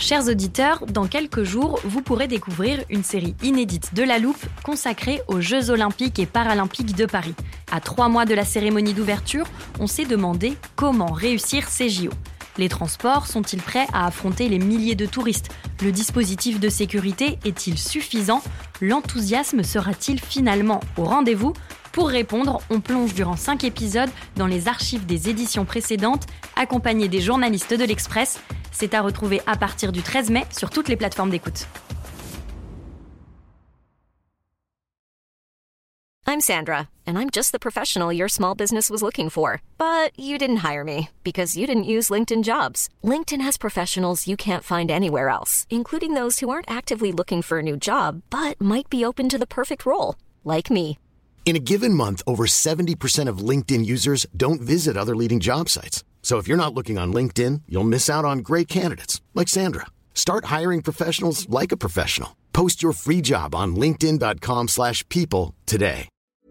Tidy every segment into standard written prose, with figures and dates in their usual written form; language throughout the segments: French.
Chers auditeurs, dans quelques jours, vous pourrez découvrir une série inédite de La Loupe consacrée aux Jeux Olympiques et Paralympiques de Paris. À 3 mois de la cérémonie d'ouverture, on s'est demandé comment réussir ces JO. Les transports sont-ils prêts à affronter les milliers de touristes ? Le dispositif de sécurité est-il suffisant ? L'enthousiasme sera-t-il finalement au rendez-vous ? Pour répondre, on plonge durant 5 épisodes dans les archives des éditions précédentes, accompagnés des journalistes de l'Express. C'est à retrouver à partir du 13 mai sur toutes les plateformes d'écoute. I'm Sandra, and I'm just the professional your small business was looking for. But you didn't hire me because you didn't use LinkedIn Jobs. LinkedIn has professionals you can't find anywhere else, including those who aren't actively looking for a new job, but might be open to the perfect role, like me. In a given month, over 70% of LinkedIn users don't visit other leading job sites. So if you're not looking on LinkedIn, you'll miss out on great candidates like Sandra. Start hiring professionals like a professional. Post your free job on linkedin.com/people today.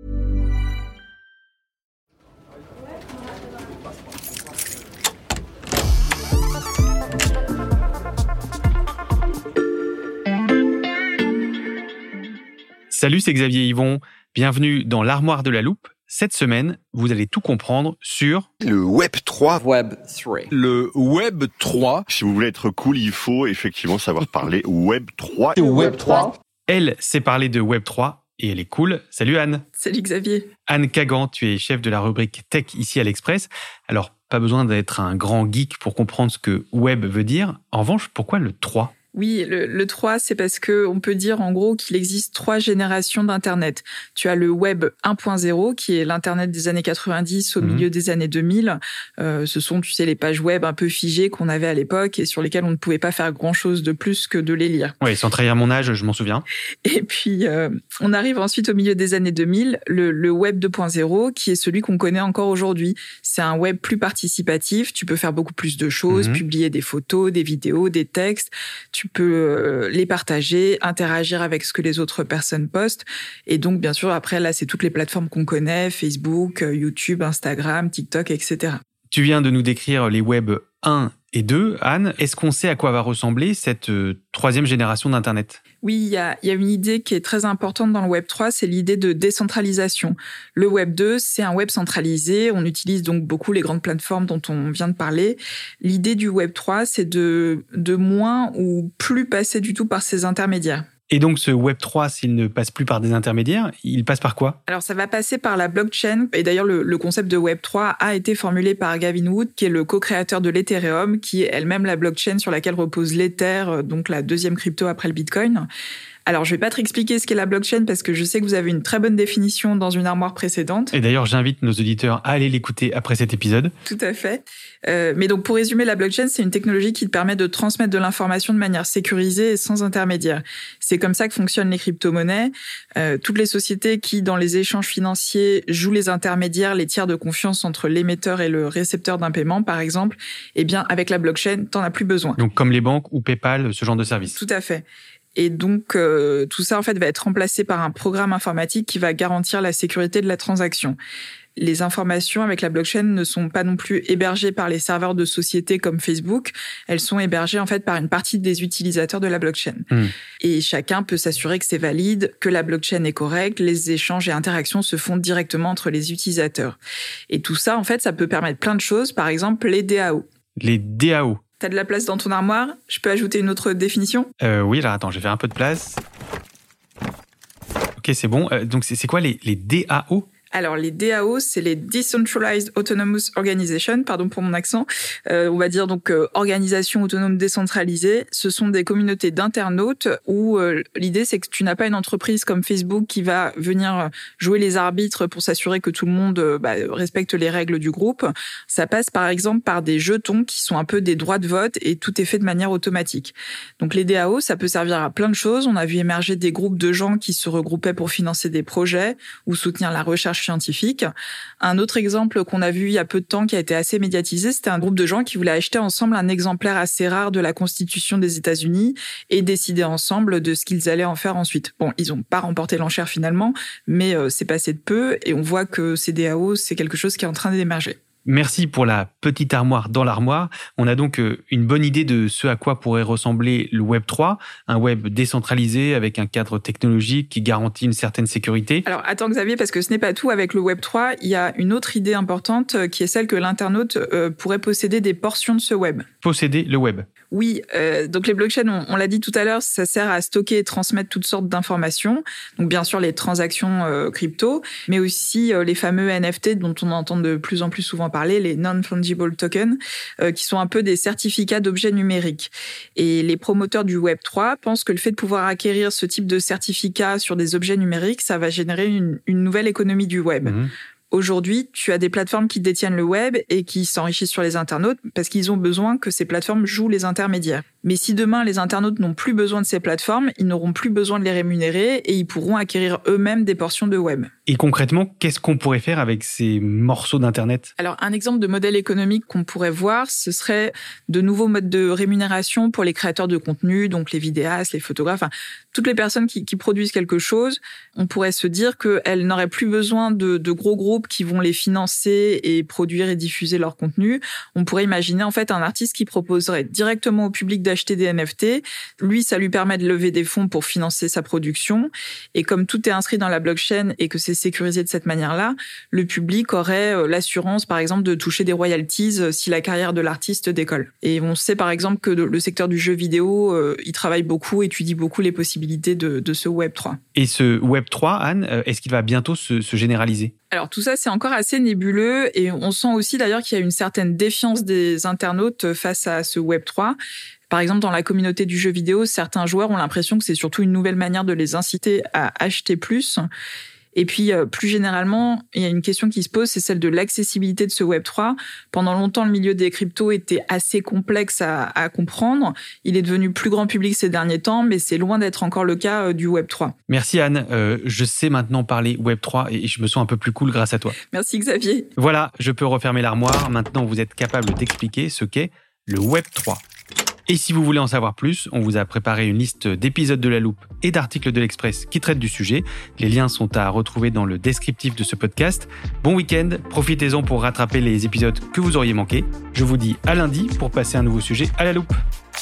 Salut, c'est Xavier Yvon. Bienvenue dans l'Armoire de la Loupe. Cette semaine, vous allez tout comprendre sur... Le Web 3. Web 3. Le Web 3. Si vous voulez être cool, il faut effectivement savoir parler Web 3. Web 3. Elle sait parler de Web 3 et elle est cool. Salut Anne. Salut Xavier. Anne Kagan, tu es chef de la rubrique Tech ici à l'Express. Alors, pas besoin d'être un grand geek pour comprendre ce que Web veut dire. En revanche, pourquoi le 3 ? Oui, le 3, c'est parce que on peut dire en gros qu'il existe 3 générations d'Internet. Tu as le Web 1.0, qui est l'Internet des années 90 au milieu des années 2000. Ce sont, tu sais, les pages web un peu figées qu'on avait à l'époque et sur lesquelles on ne pouvait pas faire grand-chose de plus que de les lire. Oui, sans trahir mon âge, je m'en souviens. Et puis, on arrive ensuite au milieu des années 2000, le Web 2.0, qui est celui qu'on connaît encore aujourd'hui. C'est un web plus participatif. Tu peux faire beaucoup plus de choses, publier des photos, des vidéos, des textes. Tu peux les partager, interagir avec ce que les autres personnes postent. Et donc, bien sûr, après, là, c'est toutes les plateformes qu'on connaît, Facebook, YouTube, Instagram, TikTok, etc. Tu viens de nous décrire les Web 1 et 2. Anne, est-ce qu'on sait à quoi va ressembler cette troisième génération d'Internet ? Oui, il y a une idée qui est très importante dans le Web 3, c'est l'idée de décentralisation. Le Web 2, c'est un web centralisé. On utilise donc beaucoup les grandes plateformes dont on vient de parler. L'idée du Web 3, c'est de moins ou plus passer du tout par ces intermédiaires. Et donc, ce Web 3, s'il ne passe plus par des intermédiaires, il passe par quoi ? Alors, ça va passer par la blockchain. Et d'ailleurs, le concept de Web 3 a été formulé par Gavin Wood, qui est le co-créateur de l'Ethereum, qui est elle-même la blockchain sur laquelle repose l'Ether, donc la deuxième crypto après le Bitcoin. Alors, je vais pas te expliquer ce qu'est la blockchain parce que je sais que vous avez une très bonne définition dans une armoire précédente. Et d'ailleurs, j'invite nos auditeurs à aller l'écouter après cet épisode. Tout à fait. Mais donc, pour résumer, la blockchain, c'est une technologie qui te permet de transmettre de l'information de manière sécurisée et sans intermédiaire. C'est comme ça que fonctionnent les crypto-monnaies. Toutes les sociétés qui, dans les échanges financiers, jouent les intermédiaires, les tiers de confiance entre l'émetteur et le récepteur d'un paiement, par exemple, eh bien, avec la blockchain, t'en as plus besoin. Donc, comme les banques ou PayPal, ce genre de service. Tout à fait. Et donc, tout ça, en fait, va être remplacé par un programme informatique qui va garantir la sécurité de la transaction. Les informations avec la blockchain ne sont pas non plus hébergées par les serveurs de sociétés comme Facebook. Elles sont hébergées, en fait, par une partie des utilisateurs de la blockchain. Et chacun peut s'assurer que c'est valide, que la blockchain est correcte. Les échanges et interactions se font directement entre les utilisateurs. Et tout ça, en fait, ça peut permettre plein de choses. Par exemple, les DAO. Les DAO. T'as de la place dans ton armoire ? Je peux ajouter une autre définition ? Oui, alors attends, je vais faire un peu de place. Ok, c'est bon. Donc, c'est quoi les DAO ? Alors, les DAO, c'est les Decentralized Autonomous Organization, pardon pour mon accent. On va dire donc organisation autonome décentralisée. Ce sont des communautés d'internautes où l'idée, c'est que tu n'as pas une entreprise comme Facebook qui va venir jouer les arbitres pour s'assurer que tout le monde respecte les règles du groupe. Ça passe par exemple par des jetons qui sont un peu des droits de vote et tout est fait de manière automatique. Donc les DAO, ça peut servir à plein de choses. On a vu émerger des groupes de gens qui se regroupaient pour financer des projets ou soutenir la recherche scientifique. Un autre exemple qu'on a vu il y a peu de temps qui a été assez médiatisé, c'était un groupe de gens qui voulaient acheter ensemble un exemplaire assez rare de la Constitution des États-Unis et décider ensemble de ce qu'ils allaient en faire ensuite. Bon, ils n'ont pas remporté l'enchère finalement, mais c'est passé de peu et on voit que ces DAO, c'est quelque chose qui est en train d'émerger. Merci pour la petite armoire dans l'armoire. On a donc une bonne idée de ce à quoi pourrait ressembler le Web 3, un web décentralisé avec un cadre technologique qui garantit une certaine sécurité. Alors attends Xavier, parce que ce n'est pas tout. Avec le Web 3, il y a une autre idée importante qui est celle que l'internaute pourrait posséder des portions de ce web. Posséder le web. Oui, donc les blockchains, on l'a dit tout à l'heure, ça sert à stocker et transmettre toutes sortes d'informations. Donc bien sûr les transactions crypto, mais aussi les fameux NFT dont on entend de plus en plus souvent parler, les non-fungible tokens, qui sont un peu des certificats d'objets numériques. Et les promoteurs du Web 3 pensent que le fait de pouvoir acquérir ce type de certificat sur des objets numériques, ça va générer une nouvelle économie du web. Aujourd'hui, tu as des plateformes qui détiennent le web et qui s'enrichissent sur les internautes parce qu'ils ont besoin que ces plateformes jouent les intermédiaires. Mais si demain, les internautes n'ont plus besoin de ces plateformes, ils n'auront plus besoin de les rémunérer et ils pourront acquérir eux-mêmes des portions de web. Et concrètement, qu'est-ce qu'on pourrait faire avec ces morceaux d'Internet ? Alors, un exemple de modèle économique qu'on pourrait voir, ce serait de nouveaux modes de rémunération pour les créateurs de contenu, donc les vidéastes, les photographes, enfin, toutes les personnes qui produisent quelque chose. On pourrait se dire qu'elles n'auraient plus besoin de gros groupes qui vont les financer et produire et diffuser leur contenu. On pourrait imaginer en fait un artiste qui proposerait directement au public d'acheter des NFT. Lui, ça lui permet de lever des fonds pour financer sa production. Et comme tout est inscrit dans la blockchain et que c'est sécurisé de cette manière-là, le public aurait l'assurance, par exemple, de toucher des royalties si la carrière de l'artiste décolle. Et on sait, par exemple, que le secteur du jeu vidéo, il travaille beaucoup, étudie beaucoup les possibilités de ce Web 3. Et ce Web 3, Anne, est-ce qu'il va bientôt se généraliser ? Alors tout ça, c'est encore assez nébuleux et on sent aussi d'ailleurs qu'il y a une certaine défiance des internautes face à ce Web 3. Par exemple, dans la communauté du jeu vidéo, certains joueurs ont l'impression que c'est surtout une nouvelle manière de les inciter à acheter plus. Et puis, plus généralement, il y a une question qui se pose, c'est celle de l'accessibilité de ce Web 3. Pendant longtemps, le milieu des cryptos était assez complexe à comprendre. Il est devenu plus grand public ces derniers temps, mais c'est loin d'être encore le cas du Web 3. Merci Anne. Je sais maintenant parler Web 3 et je me sens un peu plus cool grâce à toi. Merci Xavier. Voilà, je peux refermer l'armoire. Maintenant, vous êtes capable d'expliquer ce qu'est le Web 3. Et si vous voulez en savoir plus, on vous a préparé une liste d'épisodes de La Loupe et d'articles de l'Express qui traitent du sujet. Les liens sont à retrouver dans le descriptif de ce podcast. Bon week-end, profitez-en pour rattraper les épisodes que vous auriez manqués. Je vous dis à lundi pour passer un nouveau sujet à La Loupe.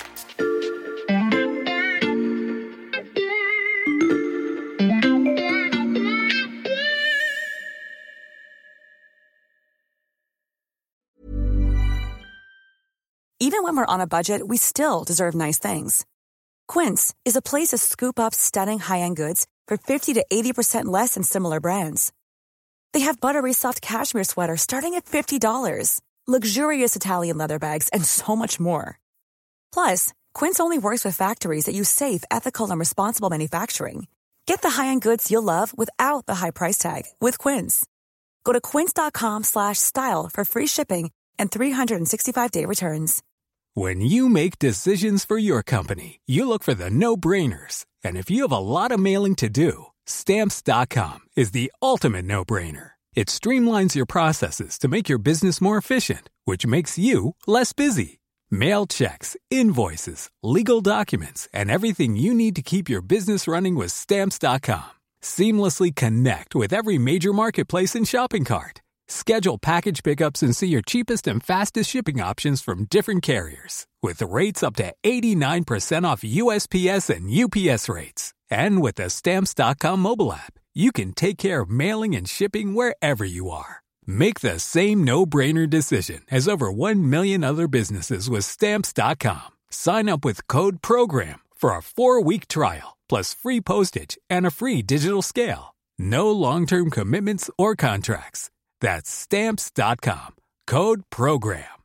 Even when we're on a budget, we still deserve nice things. Quince is a place to scoop up stunning high-end goods for 50 to 80% less than similar brands. They have buttery soft cashmere sweaters starting at $50, luxurious Italian leather bags, and so much more. Plus, Quince only works with factories that use safe, ethical, and responsible manufacturing. Get the high-end goods you'll love without the high price tag with Quince. Go to quince.com/style for free shipping and 365-day returns. When you make decisions for your company, you look for the no-brainers. And if you have a lot of mailing to do, Stamps.com is the ultimate no-brainer. It streamlines your processes to make your business more efficient, which makes you less busy. Mail checks, invoices, legal documents, and everything you need to keep your business running with Stamps.com. Seamlessly connect with every major marketplace and shopping cart. Schedule package pickups and see your cheapest and fastest shipping options from different carriers. With rates up to 89% off USPS and UPS rates. And with the Stamps.com mobile app, you can take care of mailing and shipping wherever you are. Make the same no-brainer decision as over 1 million other businesses with Stamps.com. Sign up with code PROGRAM for a 4-week trial, plus free postage and a free digital scale. No long-term commitments or contracts. That's Stamps.com. Code PROGRAM.